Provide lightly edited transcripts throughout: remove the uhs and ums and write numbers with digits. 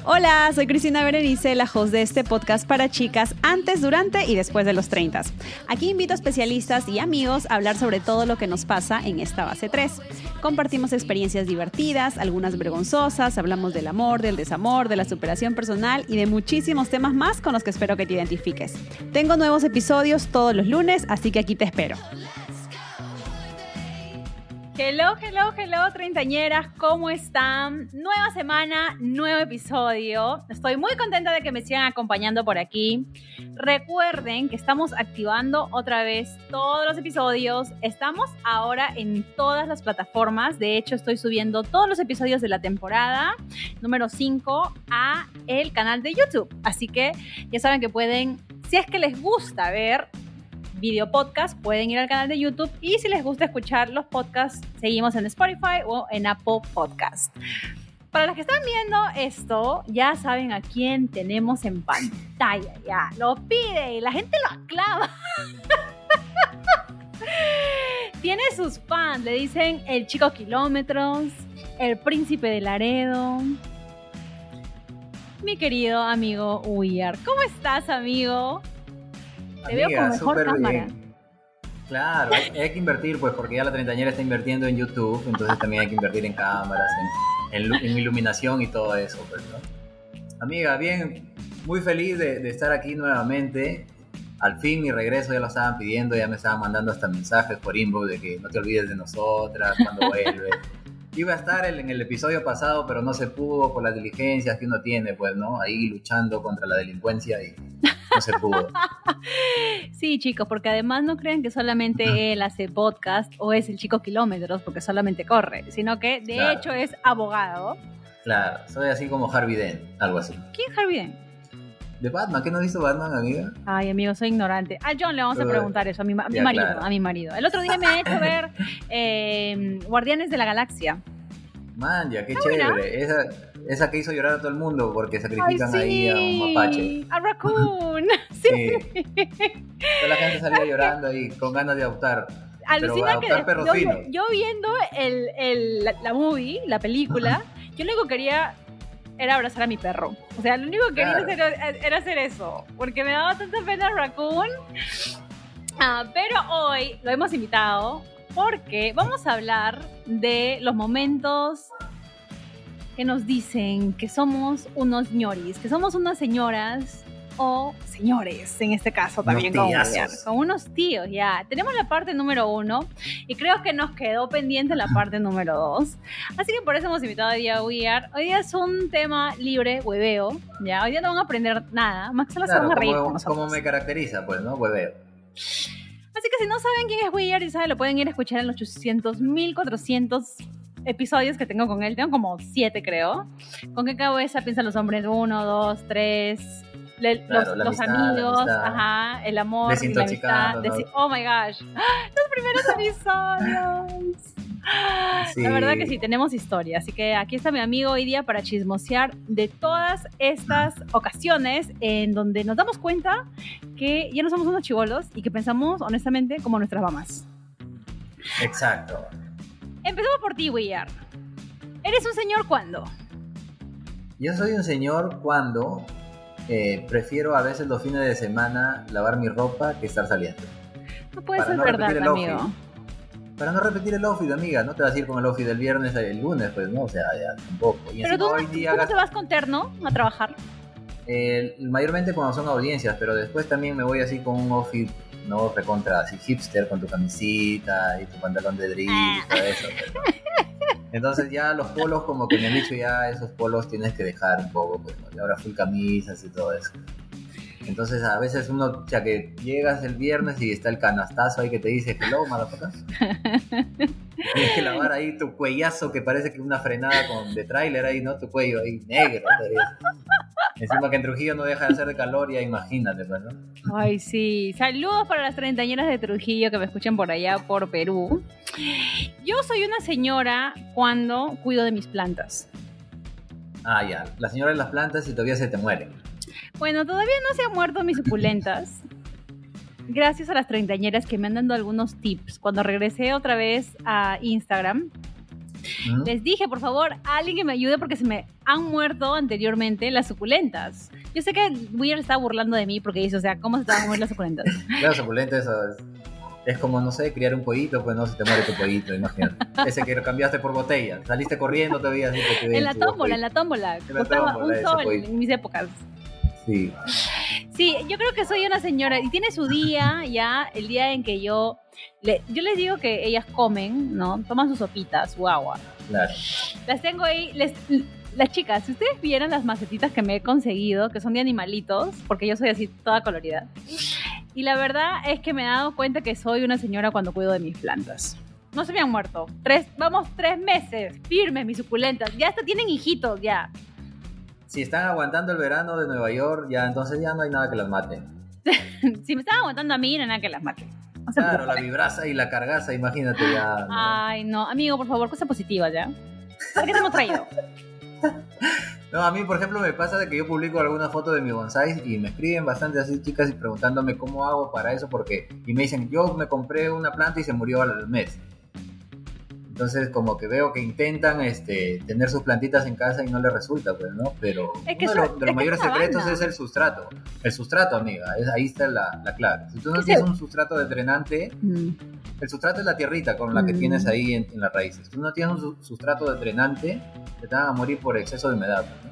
Hola, soy Cristina Berenice, la host de este podcast para chicas antes, durante y después de los 30. Aquí invito a especialistas y amigos a hablar sobre todo lo que nos pasa en esta base 3. Compartimos experiencias divertidas, algunas vergonzosas, hablamos del amor, del desamor, de la superación personal y de muchísimos temas más con los que espero que te identifiques. Tengo nuevos episodios todos los lunes, así que aquí te espero. Hello, treintañeras, ¿cómo están? Nueva semana, nuevo episodio. Estoy muy contenta de que me sigan acompañando por aquí. Recuerden que estamos activando otra vez todos los episodios. Estamos ahora en todas las plataformas. De hecho, estoy subiendo todos los episodios de la temporada número 5 a el canal de YouTube. Así que ya saben que pueden, si es que les gusta ver video podcast, pueden ir al canal de YouTube, y si les gusta escuchar los podcasts, seguimos en Spotify o en Apple Podcast. Para los que están viendo esto, ya saben a quién tenemos en pantalla, ya lo pide y la gente lo aclama. Tiene sus fans, le dicen el chico kilómetros, el príncipe de Laredo. Mi querido amigo Uyar, ¿cómo estás, amigo? Te veo con mejor cámara. Bien. Claro, hay que invertir, pues, porque ya la treintañera está invirtiendo en YouTube, entonces también hay que invertir en cámaras, en iluminación y todo eso, pues, ¿no? Amiga, bien, muy feliz de estar aquí nuevamente. Al fin mi regreso ya lo estaban pidiendo, ya me estaban mandando hasta mensajes por inbox de que no te olvides de nosotras, cuando vuelves. Iba a estar en el episodio pasado, pero no se pudo por las diligencias que uno tiene, pues, ¿no? Ahí luchando contra la delincuencia y no se pudo. Sí, chicos, porque además no crean que solamente él hace podcast o es el chico kilómetros porque solamente corre, sino que de hecho es abogado. Claro, soy así como Harvey Dent, algo así. ¿Quién es Harvey Dent? ¿De Batman? ¿Qué no has visto Batman, amiga? Ay, amigo, soy ignorante. A John le vamos a preguntar eso, a mi marido, claro. A mi marido. El otro día me ha hecho ver Guardianes de la Galaxia. Man, ya, qué chévere. Esa que hizo llorar a todo el mundo porque sacrifican ahí a un mapache. A Raccoon. Sí. Toda la gente salía llorando ahí con ganas de adoptar. Alucina que yo viendo la movie, la película, yo lo único que quería era abrazar a mi perro. O sea, lo único que quería era hacer eso, porque me daba tanta pena Raccoon. Pero hoy lo hemos invitado porque vamos a hablar de los momentos que nos dicen que somos unos ñoris, que somos unas señoras o señores, en este caso también con unos tíos, ya. Tenemos la parte número 1 y creo que nos quedó pendiente la parte número 2. Así que por eso hemos invitado hoy día a Uyar. Hoy día es un tema libre, hueveo, ya. Hoy día no van a aprender nada, más que solo se van a reír con nosotros. Como me caracteriza, pues, ¿no? Hueveo. Así que si no saben quién es Uyar y saben, lo pueden ir a escuchar en los 800.400 episodios que tengo con él. Tengo como 7, creo. ¿Con qué cabeza piensan los hombres? 1, 2, 3... los amigos, ajá, el amor, la amistad, ¿no? Oh my gosh, los primeros episodios. Sí. La verdad que sí, tenemos historia, así que aquí está mi amigo hoy día para chismosear de todas estas ocasiones en donde nos damos cuenta que ya no somos unos chibolos y que pensamos honestamente como nuestras mamás. Exacto. Empecemos por ti, Willard. ¿Eres un señor cuándo? Yo soy un señor cuando prefiero a veces los fines de semana lavar mi ropa que estar saliendo. No puede ser verdad, amigo. Para no repetir el outfit, amiga. No te vas a ir con el outfit del viernes el lunes, pues no, o sea, ya tampoco. Y pero tú, hoy día ¿cómo te vas con terno a trabajar? Mayormente cuando son audiencias, pero después también me voy así con un outfit, no recontra así hipster, con tu camisita y tu pantalón de drill y todo eso. Pero, entonces ya los polos, como que me han dicho, ya esos polos tienes que dejar un poco, pues, ¿no? Y ahora full camisas y todo eso. Entonces a veces uno, ya que llegas el viernes y está el canastazo ahí que te dice hello, motherfucker. Tienes que lavar ahí tu cuellazo que parece que una frenada de tráiler ahí, ¿no? Tu cuello ahí negro. Encima que en Trujillo no deja de hacer de calor, ya imagínate, pues, ¿no? Ay, sí. Saludos para las treintañeras de Trujillo que me escuchan por allá, por Perú. Yo soy una señora cuando cuido de mis plantas. Ah, ya. La señora de las plantas y todavía se te mueren. Bueno, todavía no se han muerto mis suculentas. Gracias a las treintañeras que me han dado algunos tips. Cuando regresé otra vez a Instagram, Les dije, por favor, alguien que me ayude porque se me han muerto anteriormente las suculentas. Yo sé que Weir está burlando de mí porque dice, o sea, ¿cómo se te van a morir las suculentas? Claro, suculento eso es como, no sé, criar un pollito, pues no, se te muere tu pollito, imagínate. Ese que lo cambiaste por botella, saliste corriendo todavía. Así que en la tómbola. Costaba un sol en mis épocas. Sí. Sí, yo creo que soy una señora y tiene su día ya, el día en que yo les digo que ellas comen, ¿no? Toman sus sopitas, su agua. Claro. Las tengo ahí, las chicas, si ustedes vieran las macetitas que me he conseguido, que son de animalitos, porque yo soy así toda colorida, y la verdad es que me he dado cuenta que soy una señora cuando cuido de mis plantas. No se me han muerto. 3 meses, firmes mis suculentas, ya hasta tienen hijitos, ya. Si están aguantando el verano de Nueva York, ya entonces ya no hay nada que las mate. Si me están aguantando a mí, no hay nada que las mate. Claro, la vibraza y la cargaza, imagínate ya. ¿No? Ay, no, amigo, por favor, cosa positiva ya. ¿Para qué te hemos traído? No, a mí, por ejemplo, me pasa de que yo publico alguna foto de mi bonsai y me escriben bastante así chicas y preguntándome cómo hago para eso, y me dicen, yo me compré una planta y se murió al mes. Entonces, como que veo que intentan tener sus plantitas en casa y no les resulta, pues, ¿no? Pero es que uno de los mayores secretos es el sustrato. El sustrato, amiga, ahí está la clave. Si tú no tienes un sustrato drenante, el sustrato es la tierrita con la que tienes ahí en las raíces. Si tú no tienes un sustrato drenante, te van a morir por exceso de humedad, ¿no?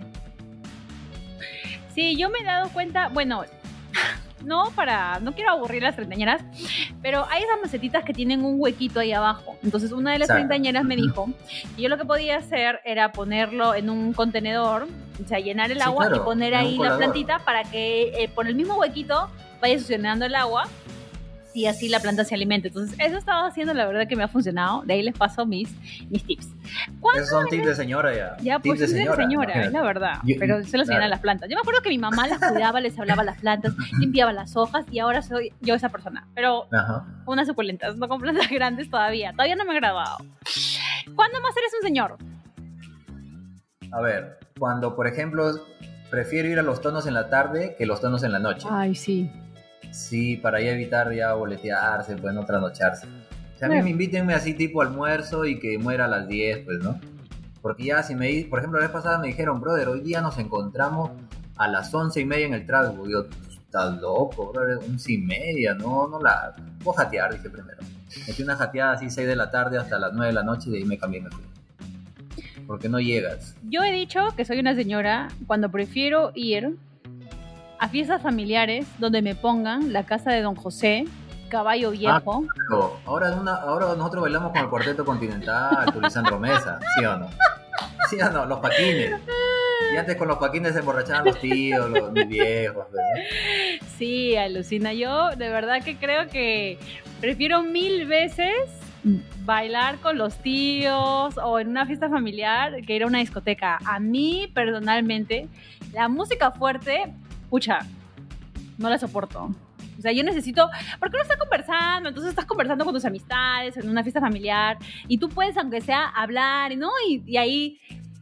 Sí, yo me he dado cuenta, bueno, no quiero aburrir a las treintañeras, pero hay esas macetitas que tienen un huequito ahí abajo. Entonces una de las treintañeras me dijo que yo lo que podía hacer era ponerlo en un contenedor, o sea, llenar el agua, claro, y poner ahí la plantita para que por el mismo huequito vaya succionando el agua y así la planta se alimente. Entonces eso estaba haciendo, la verdad que me ha funcionado. De ahí les paso mis tips. Esos son tips de señora ya. Ya, pues tips de señora, es la verdad. Pero se los enseñan a las plantas. Yo me acuerdo que mi mamá las cuidaba, les hablaba a las plantas, limpiaba las hojas y ahora soy yo esa persona. Pero unas suculentas, no con plantas grandes todavía. Todavía no me he graduado. ¿Cuándo más eres un señor? A ver, cuando, por ejemplo, prefiero ir a los tonos en la tarde que los tonos en la noche. Ay, sí. Sí, para ya evitar ya boletearse, pues no trasnocharse. O sea, a mí me invítenme así tipo almuerzo y que muera a las 10, pues, ¿no? Porque ya si por ejemplo, la vez pasada me dijeron, brother, hoy día nos encontramos a las 11:30 en el Trasgo. Yo, estás loco, brother, 11:30, no voy a jatear, dije primero. Metí una jateada así 6 de la tarde hasta las 9 de la noche y de ahí me cambié y me fui. Porque no llegas. Yo he dicho que soy una señora cuando prefiero ir a fiestas familiares donde me pongan la casa de Don José, Caballo Viejo. Claro. Ahora nosotros bailamos con el Cuarteto Continental, con Lisandro Mesa, ¿sí o no? ¿Sí o no? Los paquines. Y antes con los paquines se emborrachaban los tíos, mis viejos, ¿verdad? Sí, alucina. Yo de verdad que creo que prefiero 1000 veces bailar con los tíos o en una fiesta familiar que ir a una discoteca. A mí, personalmente, la música fuerte, pucha, no la soporto. O sea, yo necesito, porque uno está conversando, entonces estás conversando con tus amistades en una fiesta familiar y tú puedes, aunque sea, hablar, ¿no? Y ahí...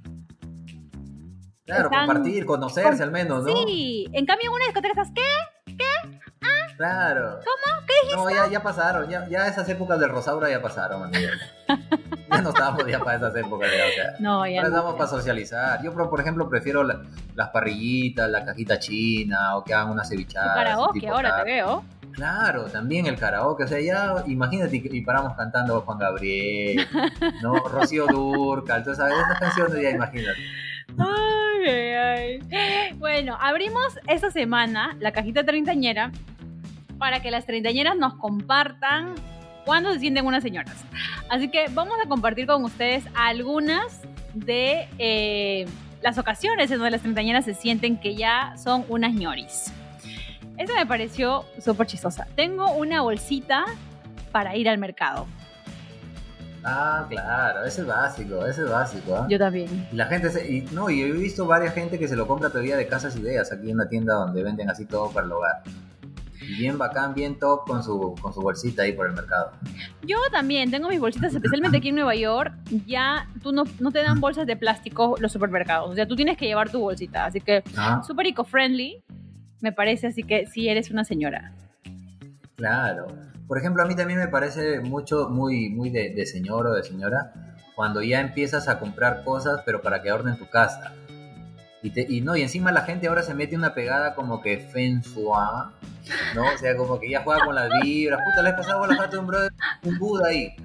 Claro, compartir, conocerse al menos, ¿no? Sí, en cambio en una discoteca estás, ¿qué? ¿Ah? Claro. ¿Cómo? ¿Qué dijiste? No, ya pasaron, ya esas épocas del Rosaura ya pasaron, amigo. Ya no estábamos ya para esas épocas, ya, o sea. No, ya ahora no. Estamos para socializar. Yo, por ejemplo, prefiero las parrillitas, la cajita china, o que hagan una cevichada. El karaoke ahora te veo. Claro, también el karaoke, o sea, ya imagínate y paramos cantando Juan Gabriel, ¿no? Rocío Dúrcal, todas esas canciones, ya imagínate. Ay. Bueno, abrimos esta semana la cajita treintañera para que las treintañeras nos compartan cuándo se sienten unas señoras. Así que vamos a compartir con ustedes algunas de las ocasiones en donde las treintañeras se sienten que ya son unas ñoris. Esta me pareció súper chistosa. Tengo una bolsita para ir al mercado. Ah, claro, ese es básico, ¿eh? Yo también. Y la gente, y he visto varias gente que se lo compra todavía de Casas Ideas, aquí en la tienda donde venden así todo para el hogar. Y bien bacán, bien top con su bolsita ahí por el mercado. Yo también tengo mis bolsitas, especialmente aquí en Nueva York. Ya tú no te dan bolsas de plástico los supermercados. O sea, tú tienes que llevar tu bolsita. Así que súper eco-friendly, me parece. Así que sí eres una señora. Claro. Por ejemplo, a mí también me parece muy de señor o de señora cuando ya empiezas a comprar cosas, pero para que adornen tu casa. Y encima la gente ahora se mete una pegada como que Feng Shui, ¿no? O sea, como que ya juega con las vibras. Puta, la vez pasada vos la dejaste un brother, un Buda ahí.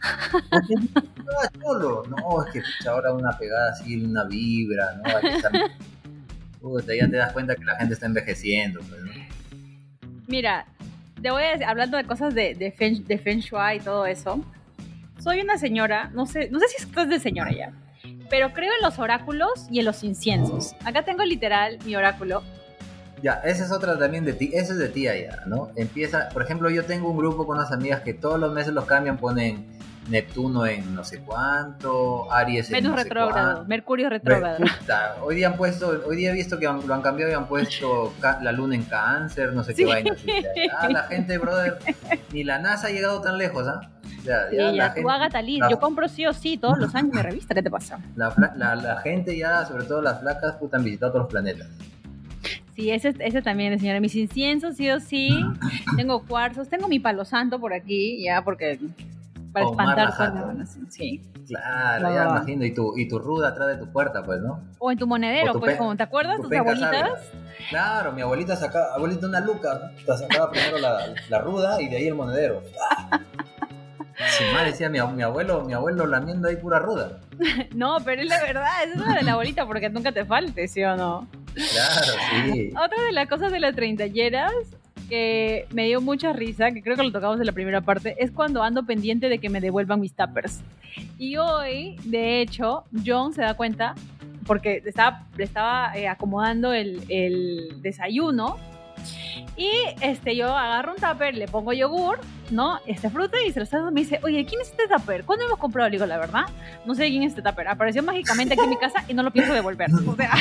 Cholo. No, es que pucha, ahora una pegada así, una vibra, ¿no? Puta, ya te das cuenta que la gente está envejeciendo, pues, ¿no? Mira, te voy a decir, hablando de cosas de Feng Shui y todo eso, soy una señora, no sé si estás de señora ya, pero creo en los oráculos y en los inciensos. Acá tengo literal mi oráculo. Ya, esa es otra también de ti, eso es de tía ya, ¿no? Empieza, por ejemplo, yo tengo un grupo con unas amigas que todos los meses los cambian, ponen Neptuno en no sé cuánto, Aries en Venus no sé retrógrado, cuánto. Mercurio retrógrado. Hoy día he visto que lo han cambiado y han puesto la luna en Cáncer, no sé qué vaina. La gente, brother, ni la NASA ha llegado tan lejos, ¿ah? Ya, tú Agatha Liz, yo compro sí o sí todos los años mi revista, ¿qué te pasa? La gente ya, sobre todo las flacas, puta, han visitado todos los planetas. Sí, ese también, señora. Mis inciensos, sí o sí. Tengo cuarzos, tengo mi palo santo por aquí, ya, porque para espantar cosas. Sí. Claro, no, ya me imagino. Y tu ruda atrás de tu puerta, pues, ¿no? O en tu monedero, pues, como te acuerdas, tus abuelitas. Sabia. Claro, mi abuelita sacaba, una luca, sacaba primero la ruda y de ahí el monedero. Su madre decía, mi abuelo lamiendo ahí pura ruda. No, pero es la verdad, es una de la abuelita porque nunca te falte, ¿sí o no? Claro, sí. Otra de las cosas de las treintañeras que me dio mucha risa, que creo que lo tocamos en la primera parte, es cuando ando pendiente de que me devuelvan mis tuppers. Y hoy, de hecho, John se da cuenta, porque le estaba acomodando el desayuno, y yo agarro un tupper, le pongo yogur, ¿no? Fruta, y se lo está dando, me dice, oye, ¿quién es este tupper? ¿Cuándo hemos comprado? Le digo, la verdad, no sé quién es este tupper. Apareció mágicamente aquí en mi casa y no lo pienso devolver. O sea,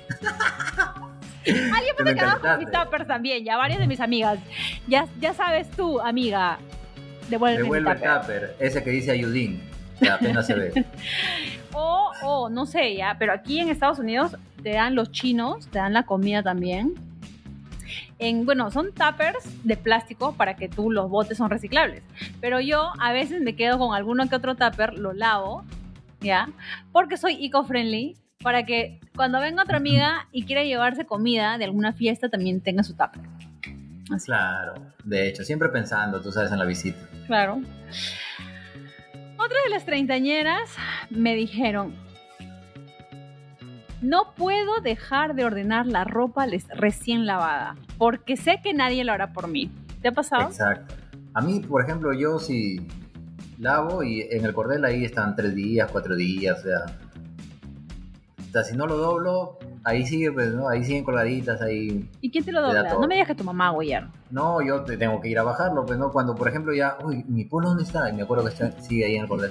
alguien me quedaba con mis tuppers también, ya varias de mis amigas. Ya sabes tú, amiga, devuelve el tupper. Ese que dice Ayudín, que apenas se ve. O no sé, ya, pero aquí en Estados Unidos te dan los chinos, te dan la comida también. Son tuppers de plástico para que tú los botes son reciclables. Pero yo a veces me quedo con alguno que otro tupper, lo lavo, ¿ya? Porque soy eco-friendly, para que cuando venga otra amiga y quiera llevarse comida de alguna fiesta también tenga su tupper. Así. Claro, de hecho, siempre pensando, tú sabes, en la visita. Claro. Otra de las treintañeras me dijeron, no puedo dejar de ordenar la ropa recién lavada, porque sé que nadie lo hará por mí. ¿Te ha pasado? Exacto. A mí, por ejemplo, yo si lavo y en el cordel ahí están 3 días, 4 días, o sea, si no lo doblo, ahí sigue, pues, ¿no? Ahí siguen colgaditas, ahí... ¿Y quién te lo dobla? No me digas que tu mamá, güey. No, yo tengo que ir a bajarlo, pues, ¿no? Cuando, por ejemplo, ya, uy, ¿mi polo dónde está? Y me acuerdo que sigue ahí en el cordel.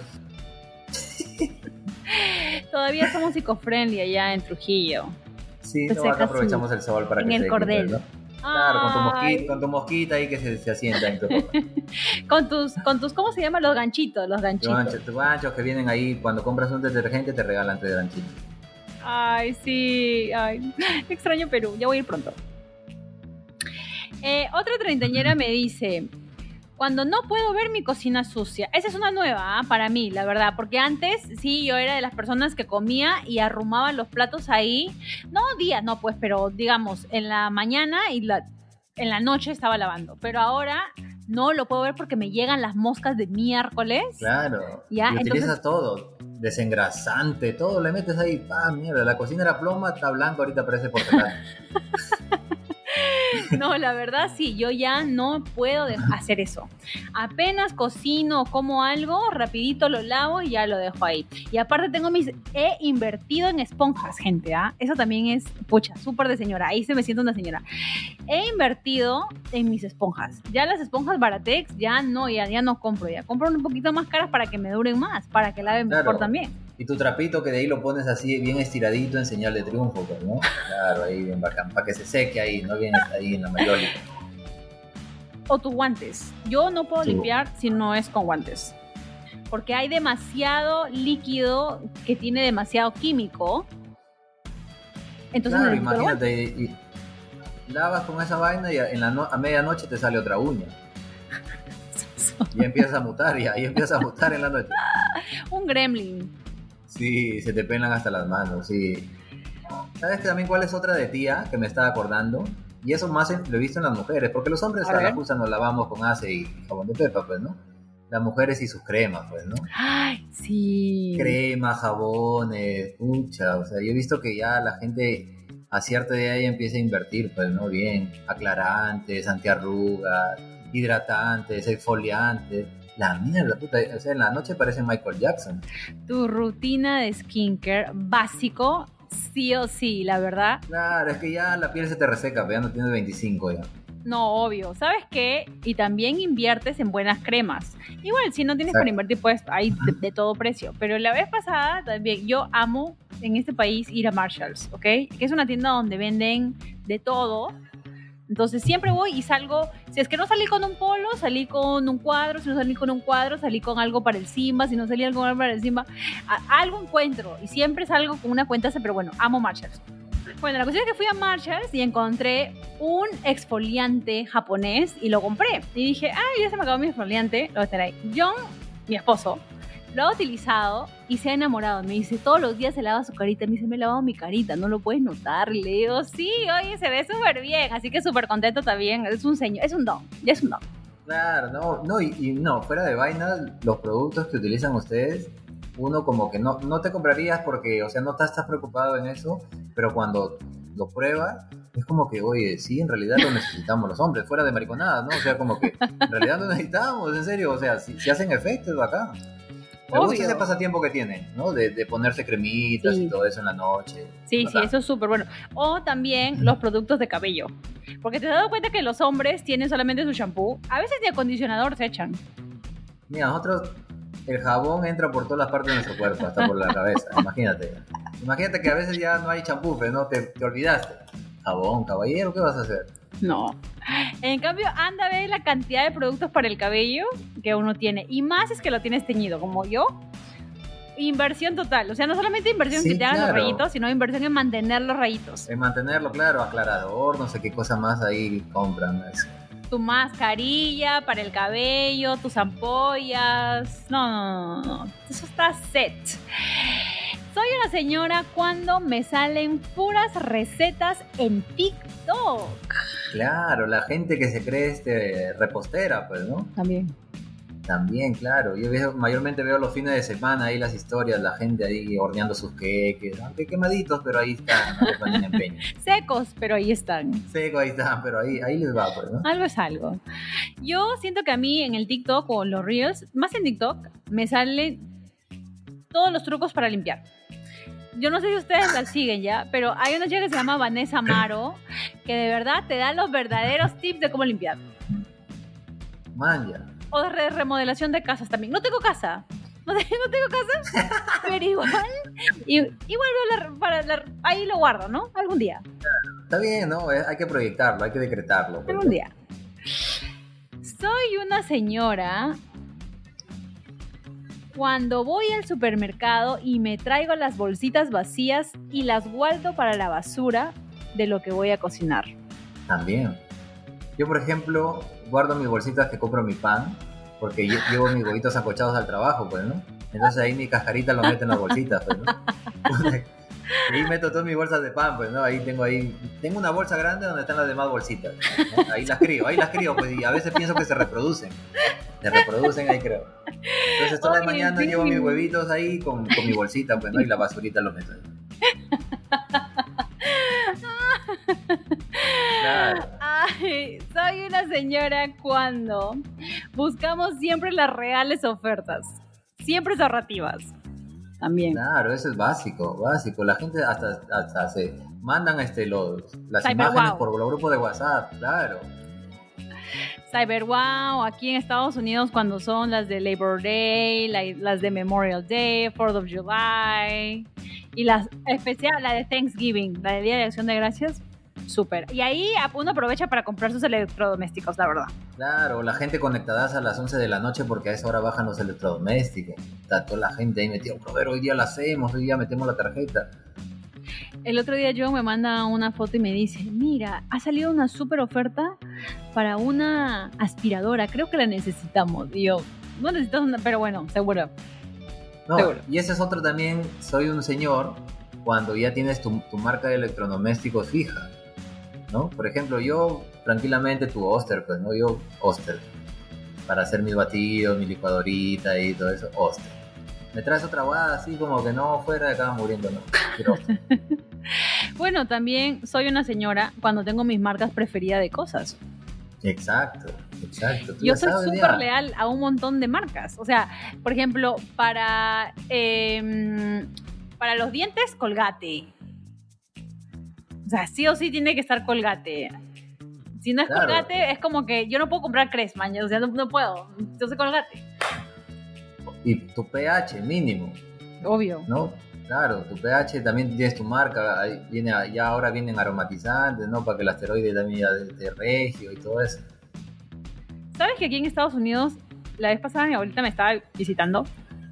Todavía somos eco-friendly allá en Trujillo. Sí, no, acá aprovechamos el sol para en que el se cordel. ¿no? Claro, con tu mosquita ahí que se asienta en tu ropa. con tus, ¿cómo se llaman? Los ganchitos. Tus ganchos que vienen ahí, cuando compras un detergente te regalan 3 ganchitos. Ay, sí, ay, extraño Perú, ya voy a ir pronto. Otra treintañera me dice, cuando no puedo ver mi cocina sucia. Esa es una nueva para mí, la verdad, porque antes sí, yo era de las personas que comía y arrumaba los platos ahí, no días, no pues, pero digamos, en la mañana y en la noche estaba lavando, pero ahora no lo puedo ver porque me llegan las moscas de miércoles. Claro, ¿ya? Y utilizas todo, desengrasante, todo le metes ahí, mierda, la cocina era ploma, está blanco, ahorita parece porcelana. No, la verdad sí, yo ya no puedo hacer eso. Apenas cocino o como algo, rapidito lo lavo y ya lo dejo ahí. Y aparte he invertido en esponjas, gente, ¿ah? Eso también es, pucha, súper de señora. Ahí se me siente una señora. He invertido en mis esponjas. Ya las esponjas Baratex, ya no compro. Ya compro un poquito más caras para que me duren más, para que laven mejor también. Y tu trapito que de ahí lo pones así bien estiradito en señal de triunfo, pues, ¿no? Claro, ahí bien bacán, para que se seque ahí, no bien ahí en la mayólica. O tus guantes. Yo no puedo limpiar si no es con guantes. Porque hay demasiado líquido que tiene demasiado químico. Entonces claro, imagínate, y lavas con esa vaina y a medianoche te sale otra uña. Y empiezas a mutar, y ahí empiezas a mutar en la noche. Un gremlin. Sí, se te pelan hasta las manos, sí. ¿Sabes también cuál es otra de tía que me estaba acordando? Y eso más lo he visto en las mujeres, porque los hombres a la justa nos lavamos con Ace y jabón de pepa, pues, ¿no? Las mujeres y sus cremas, pues, ¿no? Ay, sí. Cremas, jabones, pucha, o sea, yo he visto que ya la gente a cierta edad ya empieza a invertir, pues, ¿no? Bien, aclarantes, antiarrugas, hidratantes, exfoliantes. La mierda, puta, o sea, en la noche parece Michael Jackson. Tu rutina de skincare básico, sí o sí, la verdad. Claro, es que ya la piel se te reseca, pero ya no tienes 25 ya. No, obvio. ¿Sabes qué? Y también inviertes en buenas cremas. Igual, si no tienes para invertir, pues hay de todo precio. Pero la vez pasada también, yo amo en este país ir a Marshalls, ¿ok? Que es una tienda donde venden de todo. Entonces siempre voy y salgo, si es que no salí con un polo, salí con un cuadro, si no salí con un cuadro, salí con algo para el Simba, si no salí con algo para el Simba, algo encuentro y siempre salgo con una cuenta, pero bueno, amo Marshalls. Bueno, la cuestión es que fui a Marshalls y encontré un exfoliante japonés y lo compré. Y dije, ya se me acabó mi exfoliante, lo voy a tener ahí. John, mi esposo, lo ha utilizado y se ha enamorado. Me dice, todos los días se lava su carita. Me dice, me he lavado mi carita, no lo puedes notar. Le digo, sí, oye, se ve súper bien. Así que súper contento también. Es un señor, es un don, ya es un don. Claro, no, fuera de vainas, los productos que utilizan ustedes, uno como que no te comprarías porque, o sea, no estás preocupado en eso, pero cuando lo pruebas, es como que, oye, sí, en realidad lo necesitamos los hombres, fuera de mariconadas, ¿no? O sea, como que en realidad lo necesitamos, en serio, o sea, si hacen efectos acá. Me gusta ese pasatiempo que tienen, ¿no? De ponerse cremitas y todo eso en la noche. Sí, sí, eso es súper bueno. O también los productos de cabello. Porque te has dado cuenta que los hombres tienen solamente su shampoo. A veces ni acondicionador se echan. Mira, nosotros, el jabón entra por todas las partes de nuestro cuerpo, hasta por la cabeza. Imagínate. Imagínate que a veces ya no hay champú, pero no te olvidaste. Jabón, caballero, ¿qué vas a hacer? No. En cambio, anda a ver la cantidad de productos para el cabello que uno tiene. Y más es que lo tienes teñido, como yo. Inversión total. O sea, no solamente inversión que te hagan los rayitos, sino inversión en mantener los rayitos. En mantenerlo, claro, aclarador, no sé qué cosa más ahí compran. Tu mascarilla para el cabello, tus ampollas. No. Eso está set. Soy una señora cuando me salen puras recetas en TikTok. Claro, la gente que se cree repostera, pues, ¿no? También, claro. Yo mayormente veo los fines de semana ahí las historias, la gente ahí horneando sus queques, aunque quemaditos, pero ahí están, no les ponen empeño. Secos, pero ahí están. Secos, ahí están, pero ahí les va, pues, ¿no? Algo es algo. Yo siento que a mí en el TikTok o los Reels, más en TikTok, me salen todos los trucos para limpiar. Yo no sé si ustedes la siguen ya, pero hay una chica que se llama Vanessa Amaro que de verdad te da los verdaderos tips de cómo limpiar. Manja. O de remodelación de casas también. No tengo casa. No tengo casa, pero igual veo ahí lo guardo, ¿no? Algún día. Está bien, ¿no? Hay que proyectarlo, hay que decretarlo. Pues. Algún día. Soy una señora cuando voy al supermercado y me traigo las bolsitas vacías y las guardo para la basura de lo que voy a cocinar. También. Yo, por ejemplo, guardo mis bolsitas que compro mi pan, porque yo llevo mis huevitos sancochados al trabajo, pues, ¿no? Entonces ahí mi cascarita lo meto en las bolsitas, pues, ¿no? Y ahí meto todas mis bolsas de pan, pues, ¿no? Tengo una bolsa grande donde están las demás bolsitas, ¿no? Ahí las crío, pues, y a veces pienso que se reproducen ahí, creo. Entonces todas las mañanas llevo mis huevitos ahí con mi bolsita, pues, ¿no? Y la basurita lo meto ahí. Claro. Ay, soy una señora cuando buscamos siempre las reales ofertas, siempre ahorrativas. También. Claro, eso es básico. La gente hasta se mandan las Cyber imágenes Wow. por los grupos de WhatsApp, claro. Cyber Wow, aquí en Estados Unidos cuando son las de Labor Day, las de Memorial Day, 4th of July y la de Thanksgiving, la de Día de Acción de Gracias, súper. Y ahí uno aprovecha para comprar sus electrodomésticos, la verdad. Claro, la gente conectada a las 11 de la noche porque a esa hora bajan los electrodomésticos. Está toda la gente ahí metida, pero hoy día lo hacemos, hoy día metemos la tarjeta. El otro día John me manda una foto y me dice, mira, ha salido una súper oferta para una aspiradora, creo que la necesitamos. Y yo, no necesitamos una, pero bueno, seguro. No, seguro. y ese es otro también, soy un señor cuando ya tienes tu marca de electrodomésticos fija, ¿no? Por ejemplo, yo tranquilamente tu Oster, pues, ¿no? Yo Oster, para hacer mis batidos, mi licuadorita y todo eso, Oster. Me traes otra guada así como que no, fuera de acá muriendo, no. Quiero Oster. Bueno, también soy una señora cuando tengo mis marcas preferidas de cosas. Exacto. Tú Yo ya soy sabes, súper ya. leal a un montón de marcas. O sea, por ejemplo, para los dientes, Colgate. O sea, sí o sí tiene que estar Colgate. Si no es Claro. Colgate, es como que yo no puedo comprar Cressman. O sea, no puedo. Entonces Colgate. Y tu pH mínimo, Obvio. ¿no? Claro, tu pH también tienes tu marca, ahí ya ahora vienen aromatizantes, ¿no? Para que el asteroide también ya de regio y todo eso. ¿Sabes que aquí en Estados Unidos, la vez pasada mi abuelita me estaba visitando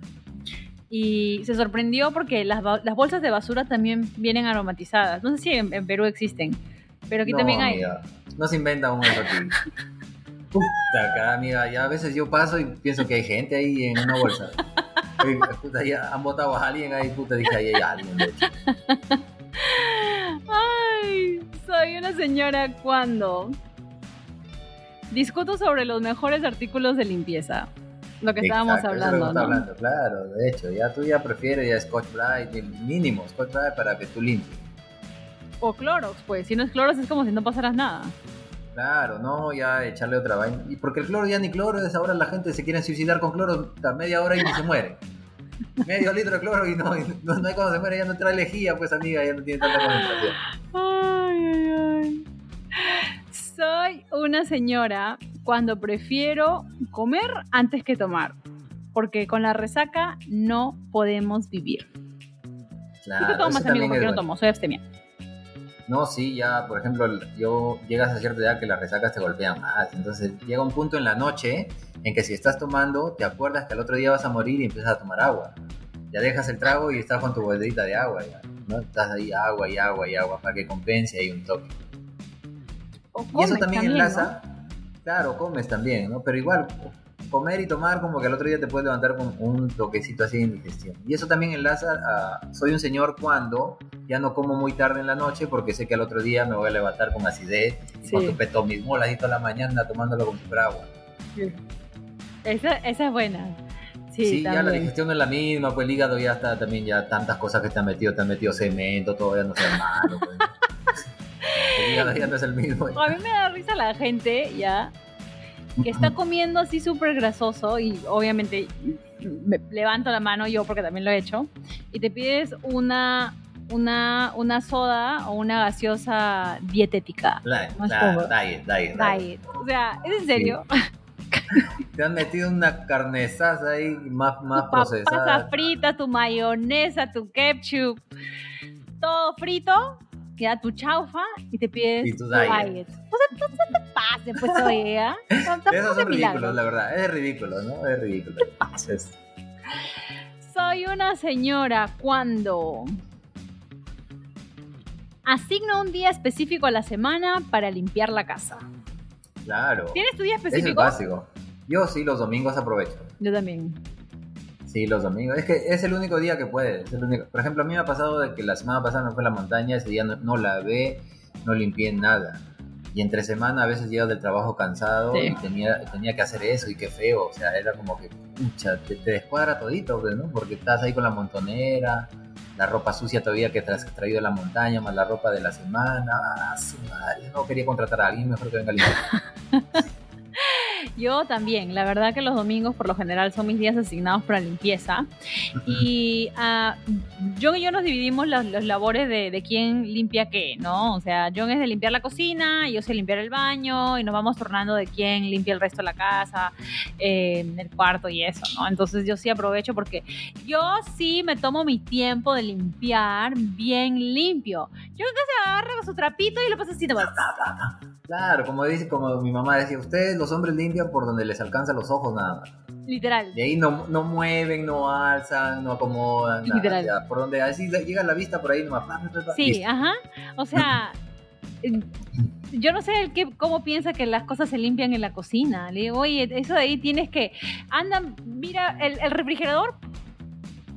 y se sorprendió porque las bolsas de basura también vienen aromatizadas? No sé si en Perú existen, pero aquí No, también hay. amiga, no se inventa un eso aquí. Puta, acá, amiga, ya a veces yo paso y pienso que hay gente ahí en una bolsa. Puta, ya han botado a alguien ahí, puta, dije, ahí hay alguien, de hecho. Ay, soy una señora cuando discuto sobre los mejores artículos de limpieza. Lo que estábamos Exacto, eso es lo hablando, que ¿no? está hablando, claro, de hecho, ya tú ya prefieres ya Scotch-Brite, el mínimo Scotch-Brite para que tú limpies. O Clorox, pues. Si no es Clorox es como si no pasaras nada. Claro, no, ya echarle otra vaina. Y porque el cloro ya ni cloro es, ahora la gente se quiere suicidar con cloro a media hora y ni se muere. Medio litro de cloro y no hay cuando se muere, ya no trae lejía, pues amiga, ya no tiene tanta concentración. Ay. Soy una señora cuando prefiero comer antes que tomar. Porque con la resaca no podemos vivir. Claro, ¿Tú qué tomas, eso amigo? también Porque es no bueno. tomo, soy abstemia. No, sí, ya, por ejemplo, llegas a cierta edad que las resacas te golpean más. Entonces llega un punto en la noche en que si estás tomando, te acuerdas que al otro día vas a morir y empiezas a tomar agua. Ya dejas el trago y estás con tu botellita de agua, ya, ¿no? Estás ahí agua y agua y agua para que compense ahí un toque. O Y eso comes también ¿no? enlaza, claro, comes también, ¿no? Pero igual, comer y tomar como que al otro día te puedes levantar con un toquecito así de indigestión. Y eso también enlaza a, soy un señor cuando ya no como muy tarde en la noche porque sé que al otro día me voy a levantar con acidez y Sí. con tu petomismol ahí toda la mañana tomándolo con tu agua. Esa es buena. Sí, ya la también. digestión no es la misma, pues el hígado ya está también, ya tantas cosas que te han metido cemento, todo ya no sea malo. Pues. El hígado ya no es el mismo. A mí me da risa la gente ya que está comiendo así súper grasoso y obviamente me levanto la mano yo porque también lo he hecho y te pides una soda o una gaseosa dietética. Claro, diet. O sea, ¿es en serio? Sí. Te han metido una carnezaza ahí más procesada. Papas fritas, tu mayonesa, tu ketchup, todo frito, queda tu chaufa y te pides y tu diet. O sea, no se te pase, pues, oye, ¿eh? Esos son ridículos, la verdad. Es ridículo, ¿no? Es ridículo. ¿Qué te pases? Soy una señora cuando asigno un día específico a la semana para limpiar la casa. Claro. ¿Tienes tu día específico? Es básico. Yo sí, los domingos aprovecho. Yo también. Sí, los domingos. Es que es el único día que puedes. Es el único. Por ejemplo, a mí me ha pasado de que la semana pasada me fui a la montaña, ese día no lavé, no limpié nada. Y entre semana a veces llego del trabajo cansado y tenía que hacer eso y qué feo. O sea, era como que, pucha, te descuadra todito, pues, ¿no? Porque estás ahí con la montonera, la ropa sucia todavía que te has traído de la montaña, más la ropa de la semana. ¡Ah, su madre! No quería contratar a alguien, mejor que venga a limpiar. Yo también, la verdad que los domingos por lo general son mis días asignados para limpieza y John y yo nos dividimos los labores de quién limpia qué, ¿no? O sea, John es de limpiar la cocina y yo sé limpiar el baño y nos vamos tornando de quién limpia el resto de la casa, el cuarto y eso, ¿no? Entonces yo sí aprovecho porque yo sí me tomo mi tiempo de limpiar bien limpio. Yo en casa agarro con su trapito y lo paso así, Claro, como mi mamá decía, ustedes los hombres limpian por donde les alcanzan los ojos nada más. Literal. De ahí no mueven, no alzan, no acomodan, literal. Nada, ya, por donde así llega la vista, por ahí nomás. Sí, listo. ajá. O sea, yo no sé cómo piensa que las cosas se limpian en la cocina. Le digo, oye, eso de ahí tienes que... Anda, mira, el refrigerador,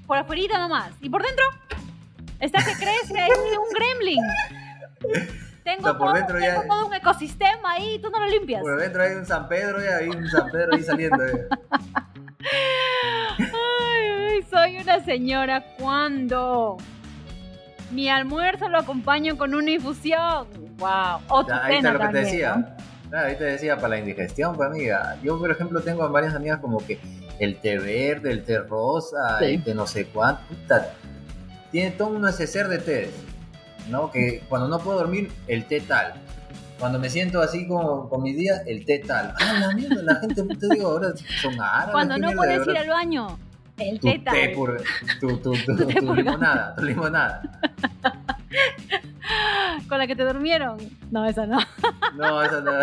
por afuerita nomás. Y por dentro está que crece ahí un gremlin. Tengo, por dentro tengo todo un ecosistema ahí, tú no lo limpias. Por dentro hay un San Pedro y hay un San Pedro ahí saliendo. Ay, soy una señora cuando mi almuerzo lo acompaño con una infusión. Wow. O tu Ahí está cena lo que también, te decía. ¿no? Claro, ahí te decía, para la indigestión, pues amiga. Yo, por ejemplo, tengo varias amigas como que el té verde, el té rosa, Sí. el té no sé cuánto. Puta, tiene todo un neceser de té, ¿no? Que cuando no puedo dormir, el té tal. Cuando me siento así como con mis días, el té tal. Ah, la mierda, la gente, te digo, ahora son árabes. Cuando qué no mierda, puedes de ir verdad. al baño, el Tu té tal. té tu limonada, tu limonada. Con la que te durmieron. No, esa no. No, eso no.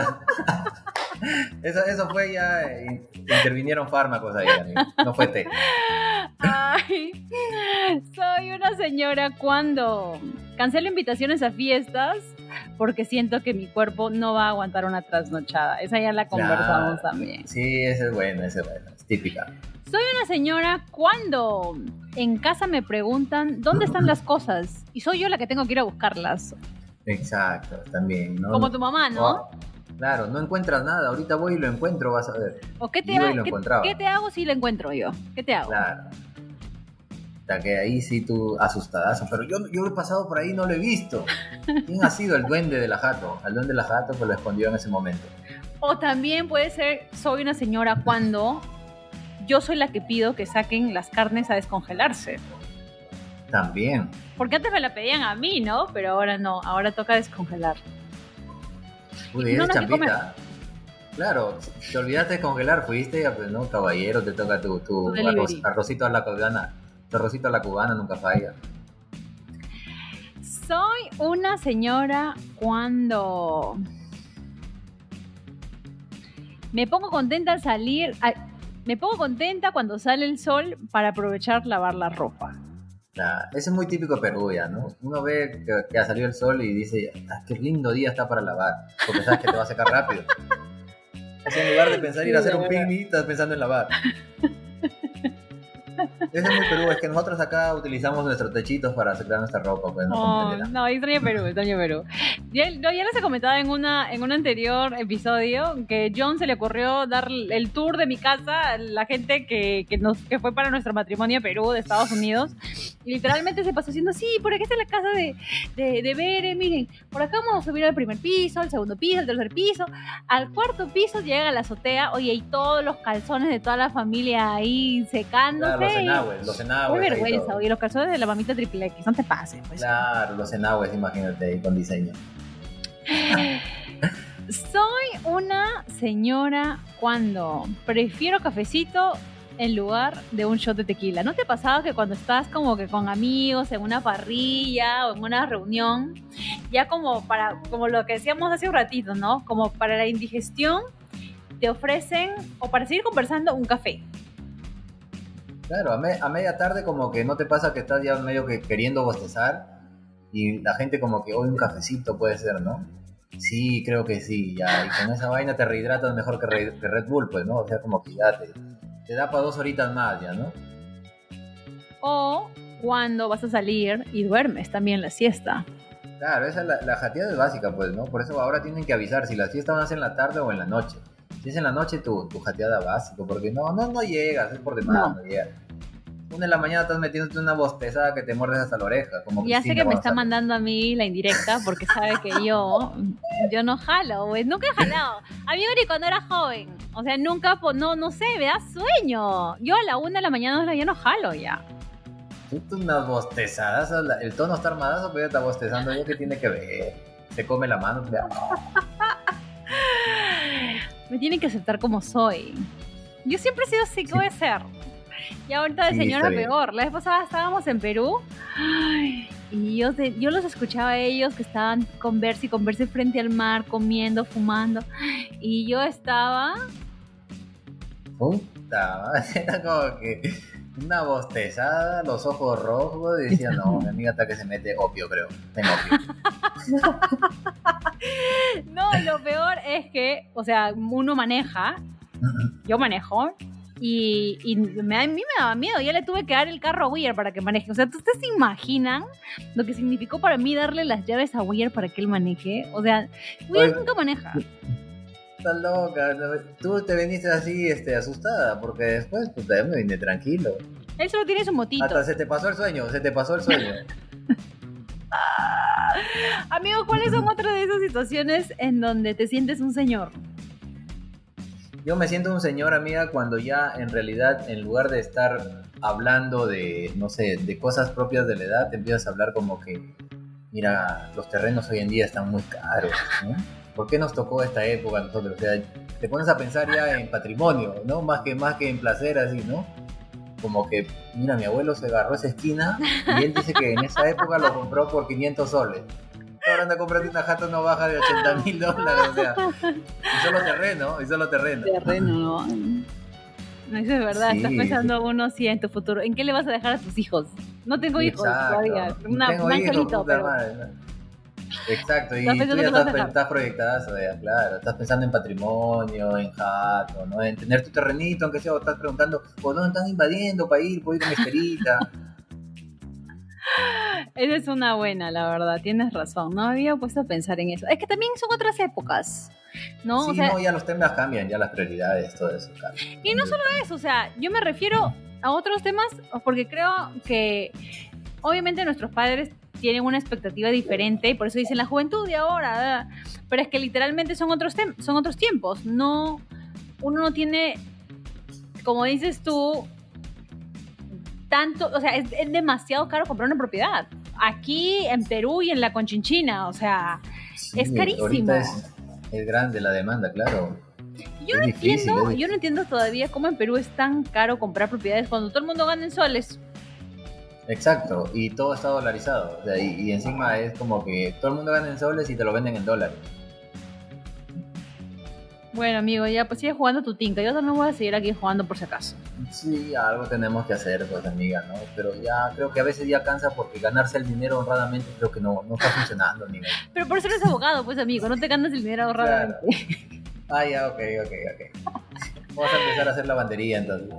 Eso fue ya, intervinieron fármacos ahí, amigo. No fue té. Ay, soy una señora cuando cancelo invitaciones a fiestas porque siento que mi cuerpo no va a aguantar una trasnochada. Esa ya la conversamos también. Sí, ese es bueno, es típica. Soy una señora cuando en casa me preguntan dónde están las cosas y soy yo la que tengo que ir a buscarlas. Exacto, también, ¿no? Como tu mamá, ¿no? Oh, claro, no encuentras nada, ahorita voy y lo encuentro, vas a ver. ¿O qué te, Iba y lo encontraba. qué te hago si lo encuentro yo? ¿Qué te hago? Claro. Hasta que ahí sí tú asustadazo, pero yo he pasado por ahí y no lo he visto. ¿Quién ha sido el duende de la jato? Al duende de la jato pues lo escondió en ese momento. O también puede ser, soy una señora cuando yo soy la que pido que saquen las carnes a descongelarse. También. Porque antes me la pedían a mí, ¿no? Pero ahora no, ahora toca descongelar. Uy, No, eres no, ¿qué champita. Claro, te olvidaste de congelar, fuiste, ya, pues, ¿no? Caballero, te toca tu delivery. arrocito a la cubana. Tu arrocito a la cubana nunca falla. Soy una señora cuando me pongo contenta al salir, me pongo contenta cuando sale el sol para aprovechar lavar la ropa. Eso es muy típico de Perú ya, ¿no? Uno ve que ha salido el sol y dice, ah, qué lindo día está para lavar, porque sabes que te va a secar rápido. Así en lugar de pensar ir a hacer un picnic, estás pensando en lavar. Eso es muy Perú, es que nosotros acá utilizamos nuestros techitos para secar nuestra ropa, pues no comprenderán. No, extraño Perú, extraño Perú. Ya les he comentado en un anterior episodio que John se le ocurrió dar el tour de mi casa a la gente que fue para nuestro matrimonio a Perú, de Estados Unidos. Y literalmente se pasó diciendo, sí, por aquí está la casa de Bere, miren, por acá vamos a subir al primer piso, al segundo piso, al tercer piso, al cuarto piso llega a la azotea, oye, y todos los calzones de toda la familia ahí secándose. Claro, los enagües. Qué vergüenza, oye, los calzones de la mamita triple X, no te pases, pues. Claro, los enagües, imagínate ahí con diseño. Soy una señora cuando prefiero cafecito en lugar de un shot de tequila. ¿No te ha pasado que cuando estás como que con amigos en una parrilla o en una reunión, ya como lo que decíamos hace un ratito, ¿no? Como para la indigestión te ofrecen, o para seguir conversando, un café? Claro, a media tarde como que no te pasa que estás ya medio que queriendo bostezar y la gente como que, hoy un cafecito puede ser, ¿no? Sí, creo que sí, ya, y con esa vaina te rehidratas mejor que Red Bull, pues, ¿no? O sea, como que ya te da para 2 horitas más, ya, ¿no? O cuando vas a salir y duermes también la siesta. Claro, esa es la jateada es básica, pues, ¿no? Por eso ahora tienen que avisar si la fiesta van a ser en la tarde o en la noche. Si es en la noche, tu jateada básico, porque no llegas, es por demás, no llegas. 1 de la mañana estás metiéndote una bostezada que te muerdes hasta la oreja. Como Ya sé Cristina que me está González. mandando a mí la indirecta porque sabe que yo no jalo, güey. Nunca he jalado. A mí ni cuando era joven. O sea, nunca, no sé, me da sueño. Yo a la 1 de la mañana ya no jalo ya. Tú unas bostezadas, el tono está armadazo, pero ya está bostezando. ¿Yo qué tiene que ver? Se come la mano. Me tienen que aceptar como soy. Yo siempre he sido así, ¿qué voy a ser? Y ahorita de Sí, señora está bien. peor. La vez pasada estábamos en Perú. Ay, y yo los escuchaba a ellos que estaban conversa y conversa frente al mar, comiendo, fumando. Y yo estaba... Puta, era como que una bostezada, los ojos rojos, y decía, no, mi amiga está que se mete opio, creo. Tengo opio. No, lo peor es que, o sea, uno maneja, yo manejo, a mí me daba miedo. Ya le tuve que dar el carro a Weir para que maneje. O sea, ¿ustedes se imaginan lo que significó para mí darle las llaves a Weir para que él maneje? O sea, Weir nunca maneja. Estás loca. Tú te viniste así asustada, porque después pues, me vine tranquilo. Él solo tiene su motito. Hasta se te pasó el sueño. Amigo, ¿cuáles son otras de esas situaciones en donde te sientes un señor? Yo me siento un señor, amiga, cuando ya en realidad, en lugar de estar hablando de, no sé, de cosas propias de la edad, te empiezas a hablar como que, mira, los terrenos hoy en día están muy caros, ¿no? ¿Por qué nos tocó esta época a nosotros? O sea, te pones a pensar ya en patrimonio, ¿no? Más que en placer, así, ¿no? Como que, mira, mi abuelo se agarró esa esquina y él dice que en esa época lo compró por 500 soles. Ahora anda comprando una jato no baja de $80,000, o sea, y solo terreno. Terreno, no, eso es verdad, sí, estás pensando uno sí en tu futuro. ¿En qué le vas a dejar a tus hijos? No tengo hijos todavía, un angelito, pero... Madre, ¿no? Exacto, y tú ya estás proyectada, o sea, claro, estás pensando en patrimonio, en jato, ¿no? En tener tu terrenito, aunque sea, o estás preguntando, ¿por dónde están invadiendo para ir con mi esperita? Esa es una buena, la verdad, tienes razón, no había puesto a pensar en eso. Es que también son otras épocas, ¿no? Sí, o sea, no, ya los temas cambian, ya las prioridades, todo eso cambia. Y no solo eso, o sea, yo me refiero a otros temas porque creo que obviamente nuestros padres tienen una expectativa diferente y por eso dicen la juventud de ahora, ¿verdad? Pero es que literalmente son otros tiempos, no, uno no tiene, como dices tú, tanto, o sea, es demasiado caro comprar una propiedad. Aquí en Perú y en la Conchinchina, o sea, sí, es carísimo. Ahorita es grande la demanda, claro. Yo no entiendo todavía cómo en Perú es tan caro comprar propiedades cuando todo el mundo gana en soles. Exacto, y todo está dolarizado, o sea, y encima es como que todo el mundo gana en soles y te lo venden en dólares. Bueno, amigo, ya pues sigue jugando tu tinca. Yo también voy a seguir aquí jugando por si acaso. Sí, algo tenemos que hacer, pues, amiga, ¿no? Pero ya creo que a veces ya cansa porque ganarse el dinero honradamente creo que no está funcionando, amigo. Pero por eso eres abogado, pues, amigo, no te ganas el dinero honradamente. Claro. Ah, ya, ok. Vamos a empezar a hacer lavandería, entonces.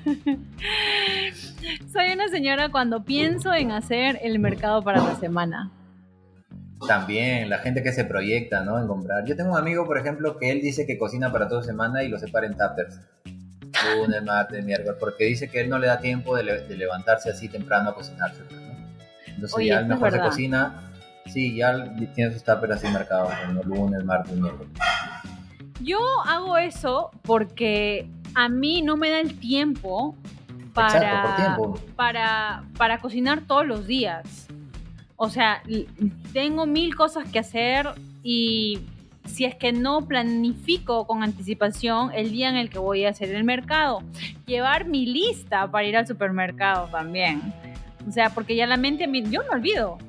Soy una señora cuando pienso en hacer el mercado para la semana. También, la gente que se proyecta, ¿no? En comprar. Yo tengo un amigo, por ejemplo, que él dice que cocina para toda semana y lo separa en tuppers. Lunes, martes, miércoles, porque dice que él no le da tiempo de levantarse así temprano a cocinarse, ¿no? Entonces oye, ya él mejor se cocina, sí, ya tiene sus tuppers así marcados, ¿no? Lunes, martes, miércoles. Yo hago eso porque a mí no me da el tiempo para cocinar todos los días. O sea, tengo 1000 cosas que hacer y si es que no planifico con anticipación el día en el que voy a hacer el mercado, llevar mi lista para ir al supermercado también. O sea, porque ya la mente, yo me olvido.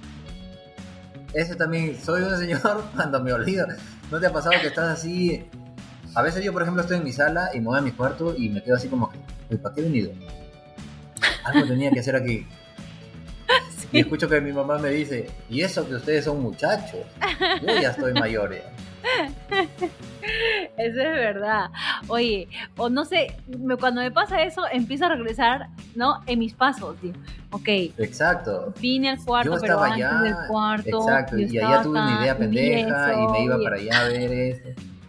Eso también, soy un señor cuando me olvido. ¿No te ha pasado que estás así? A veces yo, por ejemplo, estoy en mi sala y me voy a mi cuarto y me quedo así como que, ¿para qué he venido? Algo tenía que hacer aquí. Sí. Y escucho que mi mamá me dice, y eso que ustedes son muchachos, yo ya estoy mayor ya. Eso es verdad. Oye, o no sé, cuando me pasa eso, empiezo a regresar, ¿no? En mis pasos, digo, ok. Exacto. Vine al cuarto, pero antes allá, del cuarto. Exacto, y allá tuve una idea pendeja y me iba para allá a ver eso.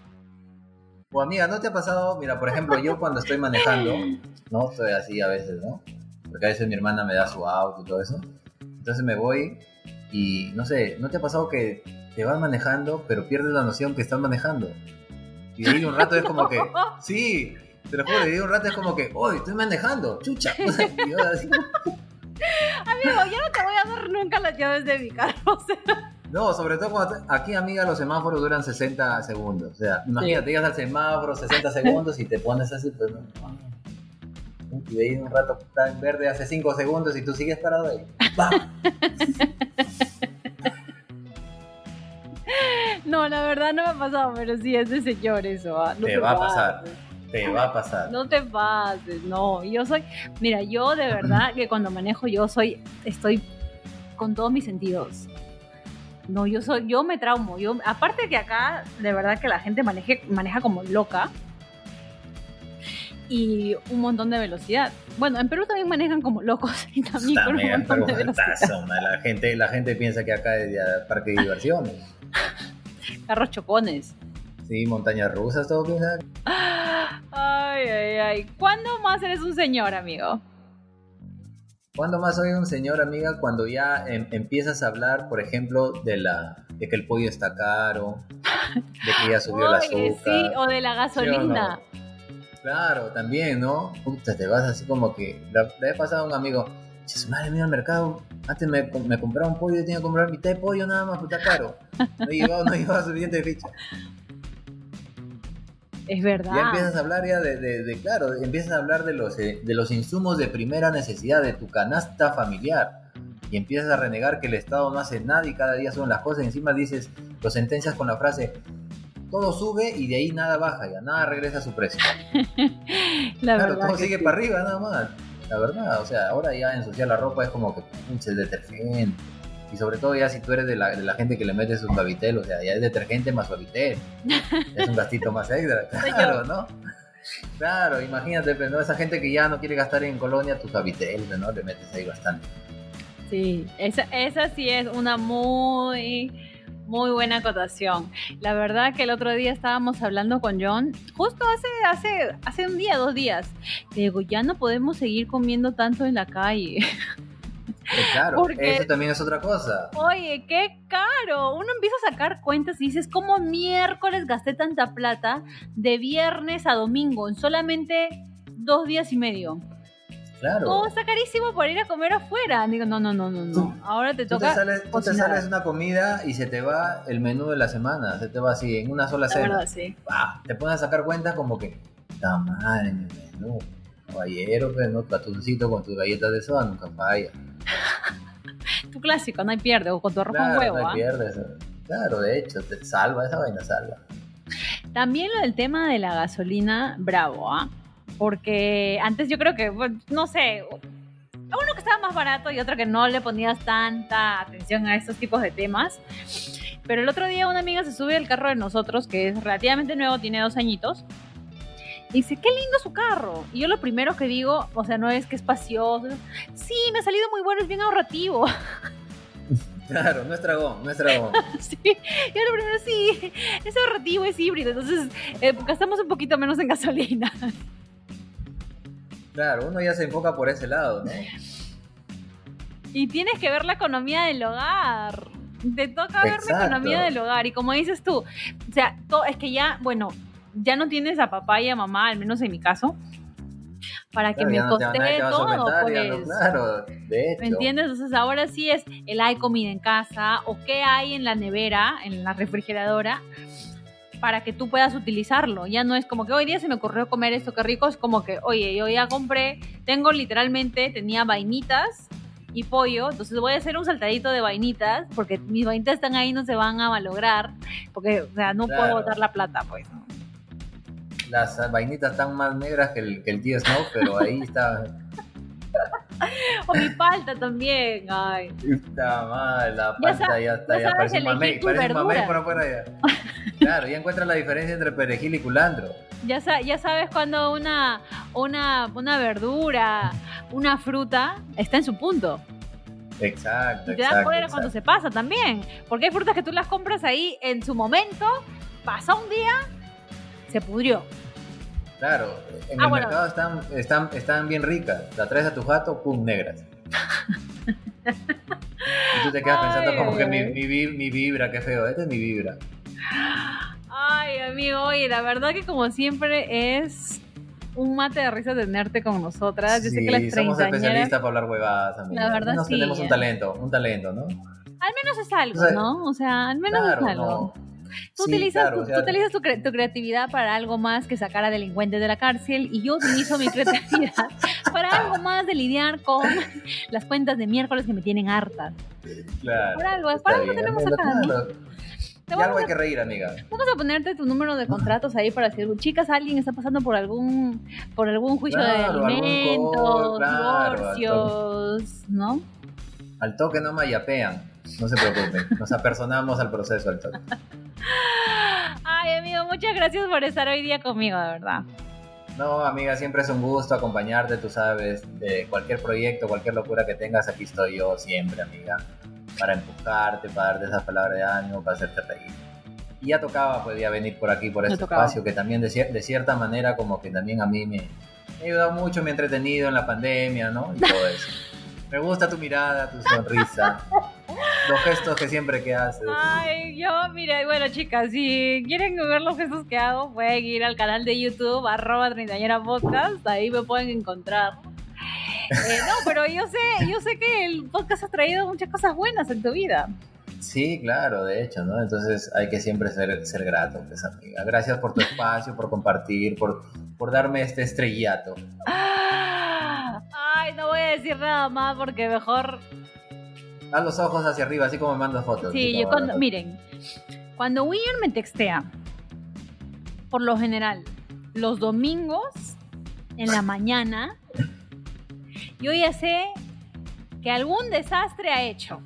O amiga, ¿no te ha pasado? Mira, por ejemplo, yo cuando estoy manejando, ¿no? Estoy así a veces, ¿no? Porque a veces mi hermana me da su auto y todo eso. Entonces me voy y, no sé, ¿no te ha pasado que te vas manejando, pero pierdes la noción que estás manejando? Y de ahí un rato es como que, sí, te lo juro, de ahí un rato es como que, ¡oye, estoy manejando! ¡Chucha! Y yo así... Amigo, yo no te voy a dar nunca las llaves de mi carro, o sea... No, sobre todo cuando aquí, amiga, los semáforos duran 60 segundos. O sea, imagínate, llegas al semáforo 60 segundos y te pones así, pues, ¿no? Y de ahí un rato está en verde hace 5 segundos y tú sigues parado ahí. ¡Bam! No, la verdad no me ha pasado, pero sí es de señor eso. No te va a pasar. Te va a pasar. No te pases, no. Yo soy, mira, yo de verdad que cuando manejo estoy con todos mis sentidos. No, yo me traumo. Aparte que acá, de verdad que la gente maneja como loca. y un montón de velocidad. Bueno, en Perú también manejan como locos y también con un montón de velocidad. La gente piensa que acá es parque de diversiones. Carros chocones. Sí, montañas rusas, todo piensa. Ay. ¿Cuándo más eres un señor, amigo? ¿Cuándo más soy un señor, amiga? Cuando ya empiezas a hablar, por ejemplo, de que el pollo está caro, de que ya subió el azúcar. Sí, o de la gasolina. ¿Sí o no? Claro, también, ¿no? Puta, te vas así como que... La vez pasada un amigo, madre mía, al mercado, antes me compraba un pollo y tenía que comprar mitad de pollo nada más, puta caro. No llevaba suficiente ficha. Es verdad. Ya empiezas a hablar ya claro, empiezas a hablar de los insumos de primera necesidad, de tu canasta familiar. Y empiezas a renegar que el Estado no hace nada y cada día suben las cosas. Y encima lo sentencias con la frase... Todo sube y de ahí nada baja ya, nada regresa a su precio. Claro, todo sigue para arriba nada más. La verdad, o sea, ahora ya ensuciar la ropa es como que pinche detergente. Y sobre todo ya si tú eres de la gente que le mete su Suavitel, o sea, ya es detergente más Suavitel. Es un gastito más extra, claro, ¿no? Claro, imagínate, pues, ¿no? Esa gente que ya no quiere gastar en colonia, tu Suavitel, ¿no? Le metes ahí bastante. Sí, esa sí es una muy buena acotación. La verdad que el otro día estábamos hablando con John, justo hace un día, 2 días. Le digo, ya no podemos seguir comiendo tanto en la calle. Claro, porque, eso también es otra cosa. Oye, qué caro. Uno empieza a sacar cuentas y dices, ¿cómo miércoles gasté tanta plata de viernes a domingo en solamente 2 días y medio? Claro. Todo está carísimo por ir a comer afuera. Digo, no. Ahora te toca. Tú te sales una comida y se te va el menú de la semana. Se te va así, en una sola cena. Verdad, sí. Te pones a sacar cuentas como que, está mal en el menú. Caballero, pues, ¿no? Tu atuncito con tus galletas de soda nunca falla. Tu clásico, no hay pierde. O con tu arroz con huevo. No hay pierde. Claro, de hecho, te salva, esa vaina salva. También lo del tema de la gasolina, bravo, ¿ah? Porque antes yo creo que, no sé, uno que estaba más barato y otro que no le ponías tanta atención a estos tipos de temas. Pero el otro día una amiga se sube al carro de nosotros, que es relativamente nuevo, tiene 2 añitos, y dice, qué lindo su carro. Y yo lo primero que digo, o sea, no es que es espacioso. Sí, me ha salido muy bueno, es bien ahorrativo. Claro, no es dragón. Sí, yo lo primero, sí, es ahorrativo, es híbrido, entonces gastamos un poquito menos en gasolina. Claro, uno ya se enfoca por ese lado, ¿no? Y tienes que ver la economía del hogar. Te toca ver la economía del hogar. Y como dices tú, o sea, es que ya, bueno, ya no tienes a papá y a mamá, al menos en mi caso, para que me costee todo, pues. Claro, de hecho. ¿Me entiendes? Entonces ahora sí es hay comida en casa o qué hay en la nevera, en la refrigeradora, para que tú puedas utilizarlo. Ya no es como que hoy día se me ocurrió comer esto, qué rico. Es como que, oye, yo ya compré, tenía vainitas y pollo, entonces voy a hacer un saltadito de vainitas, porque mis vainitas están ahí, no se van a malograr, porque, o sea, no puedo botar la plata, pues. Las vainitas están más negras que el tío Snow, pero ahí está. O mi palta también, ay. Está mal, la palta ya está, ya parece un mamey por afuera ya. Claro, ya encuentras la diferencia entre perejil y culantro. Ya sabes cuando una verdura, una fruta está en su punto. Exacto. Y te das cuenta cuando se pasa también, porque hay frutas que tú las compras ahí en su momento, pasa un día, se pudrió. Claro, en el mercado están bien ricas. La traes a tu jato, pum, negras. Y tú te quedas pensando como que mi vibra, qué feo. Esta es mi vibra. Ay, amigo, oye, la verdad que como siempre es un mate de risa tenerte con nosotras. Yo sé que las somos especialistas para hablar huevadas, amigo. La verdad sí. Tenemos un talento, ¿no? Al menos es algo, ¿no? O sea, al menos es algo. No. Tú utilizas tu creatividad para algo más que sacar a delincuentes de la cárcel, y yo utilizo mi creatividad para algo más de lidiar con las cuentas de miércoles que me tienen harta. Claro. Por algo tenemos acá, ¿no? Y algo hay que reír, amiga. Vamos a ponerte tu número de contratos ahí para decir, chicas, alguien está pasando por algún juicio de alimentos, divorcios, ¿no? Al toque no mayapean. No se preocupen, nos apersonamos al proceso al toque. Ay, amigo, muchas gracias por estar hoy día conmigo, de verdad. No, amiga, siempre es un gusto acompañarte, tú sabes, de cualquier proyecto, cualquier locura que tengas, aquí estoy yo siempre, amiga, para empujarte, para darte esas palabras de ánimo, para hacerte reír. Y ya tocaba, podía venir por aquí, por este espacio, que también de cierta manera como que también a mí me ha ayudado mucho, me he entretenido en la pandemia, ¿no? Y todo eso. Me gusta tu mirada, tu sonrisa, los gestos que siempre que haces. Ay, mira, bueno, chicas, si quieren ver los gestos que hago, pueden ir al canal de YouTube, @treintañerapodcast, ahí me pueden encontrar. No, pero yo sé que el podcast ha traído muchas cosas buenas en tu vida. Sí, claro, de hecho, ¿no? Entonces hay que siempre ser grato, pues, amiga. Gracias por tu espacio, por compartir, por darme este estrellato. Ay, no voy a decir nada más porque mejor... Haz los ojos hacia arriba, así como me mandas fotos. Sí, miren, cuando William me textea, por lo general, los domingos, en la mañana, yo ya sé que algún desastre ha hecho.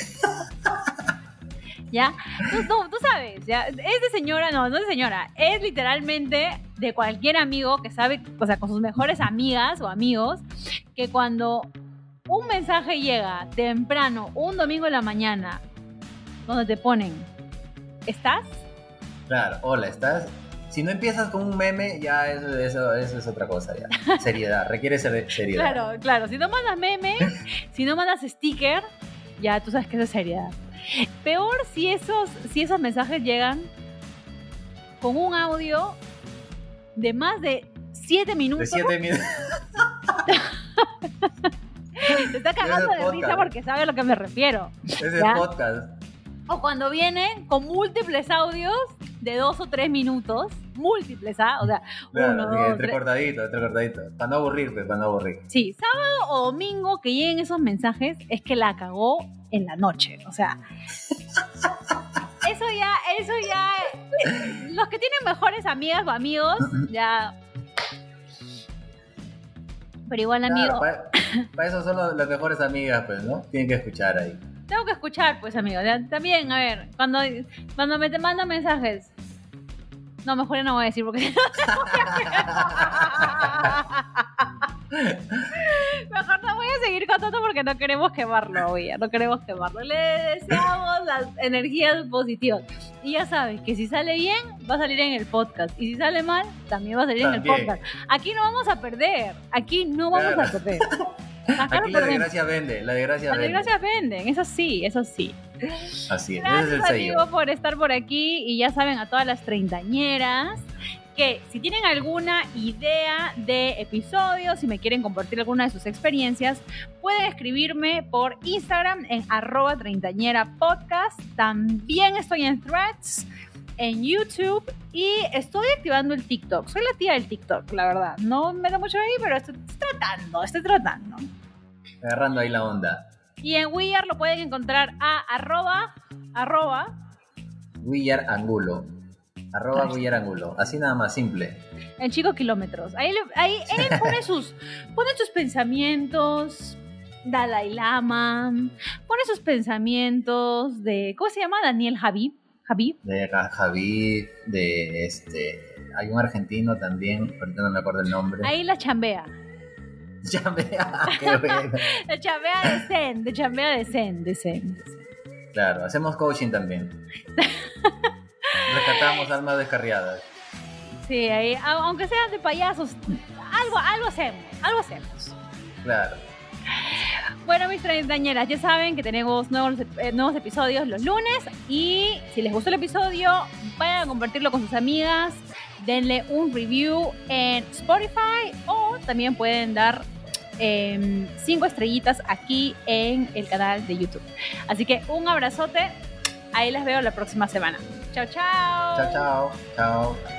¿Ya? Tú sabes, ¿ya? Es de señora, no es de señora, es literalmente de cualquier amigo que sabe, o sea, con sus mejores amigas o amigos, que cuando un mensaje llega temprano, un domingo en la mañana, donde te ponen, ¿estás? Claro, hola, ¿estás? Si no empiezas con un meme, ya eso es otra cosa, ya. Seriedad, requiere seriedad. Claro, si no mandas meme, si no mandas sticker, ya tú sabes que eso es seriedad. Peor si esos mensajes llegan con un audio de más de 7 minutos. De 7 minutos. Te está cagando de risa porque sabe a lo que me refiero. Ese es podcast. O cuando vienen con múltiples audios de 2 o 3 minutos. Múltiples, ¿ah? O sea, claro, 1, 2, entrecortadito. Para no aburrir. Sí, sábado o domingo que lleguen esos mensajes es que la cagó en la noche. O sea, eso ya, los que tienen mejores amigas o amigos, ya. Pero igual, amigo. Claro, para eso son las mejores amigas, pues, ¿no? Tienen que escuchar ahí. Tengo que escuchar, pues, amigo. También, a ver, cuando me te mandan mensajes. No, mejor ya no voy a decir porque mejor no voy a seguir contando porque no queremos quemarlo hoy. No queremos quemarlo. Le deseamos las energías positivas. Y ya sabes que si sale bien, va a salir en el podcast. Y si sale mal, también va a salir en el podcast. Aquí no vamos a perder. Aquí no vamos a perder. Aquí la desgracia vende. Las desgracias venden. Eso sí. Así es. Gracias, ese es el sello. amigo, por estar por aquí. Y ya saben, a todas las treintañeras, que si tienen alguna idea de episodios, si me quieren compartir alguna de sus experiencias, pueden escribirme por Instagram en @treintañerapodcast. También estoy en Threads, en YouTube, y estoy activando el TikTok. Soy la tía del TikTok, la verdad. No me da mucho ahí, pero estoy tratando. Agarrando ahí la onda. Y en We Are lo pueden encontrar a arroba We Are Angulo. @We Are Angulo. Así nada más, simple. El chico kilómetros. Ahí él pone sus pensamientos. Dalai Lama. Pone sus pensamientos de... ¿Cómo se llama? Daniel Javib. De Javib, hay un argentino también, ahorita no me acuerdo el nombre. Ahí la chambea. Qué bueno. La chambea de Zen. Claro, hacemos coaching también. Rescatamos almas descarriadas. Sí, ahí, aunque sean de payasos, algo hacemos. Claro. Bueno, mis treintañeras, ya saben que tenemos nuevos episodios los lunes, y si les gustó el episodio, vayan a compartirlo con sus amigas, denle un review en Spotify, o también pueden dar 5 estrellitas aquí en el canal de YouTube. Así que un abrazote, ahí las veo la próxima semana. Chao. Chao.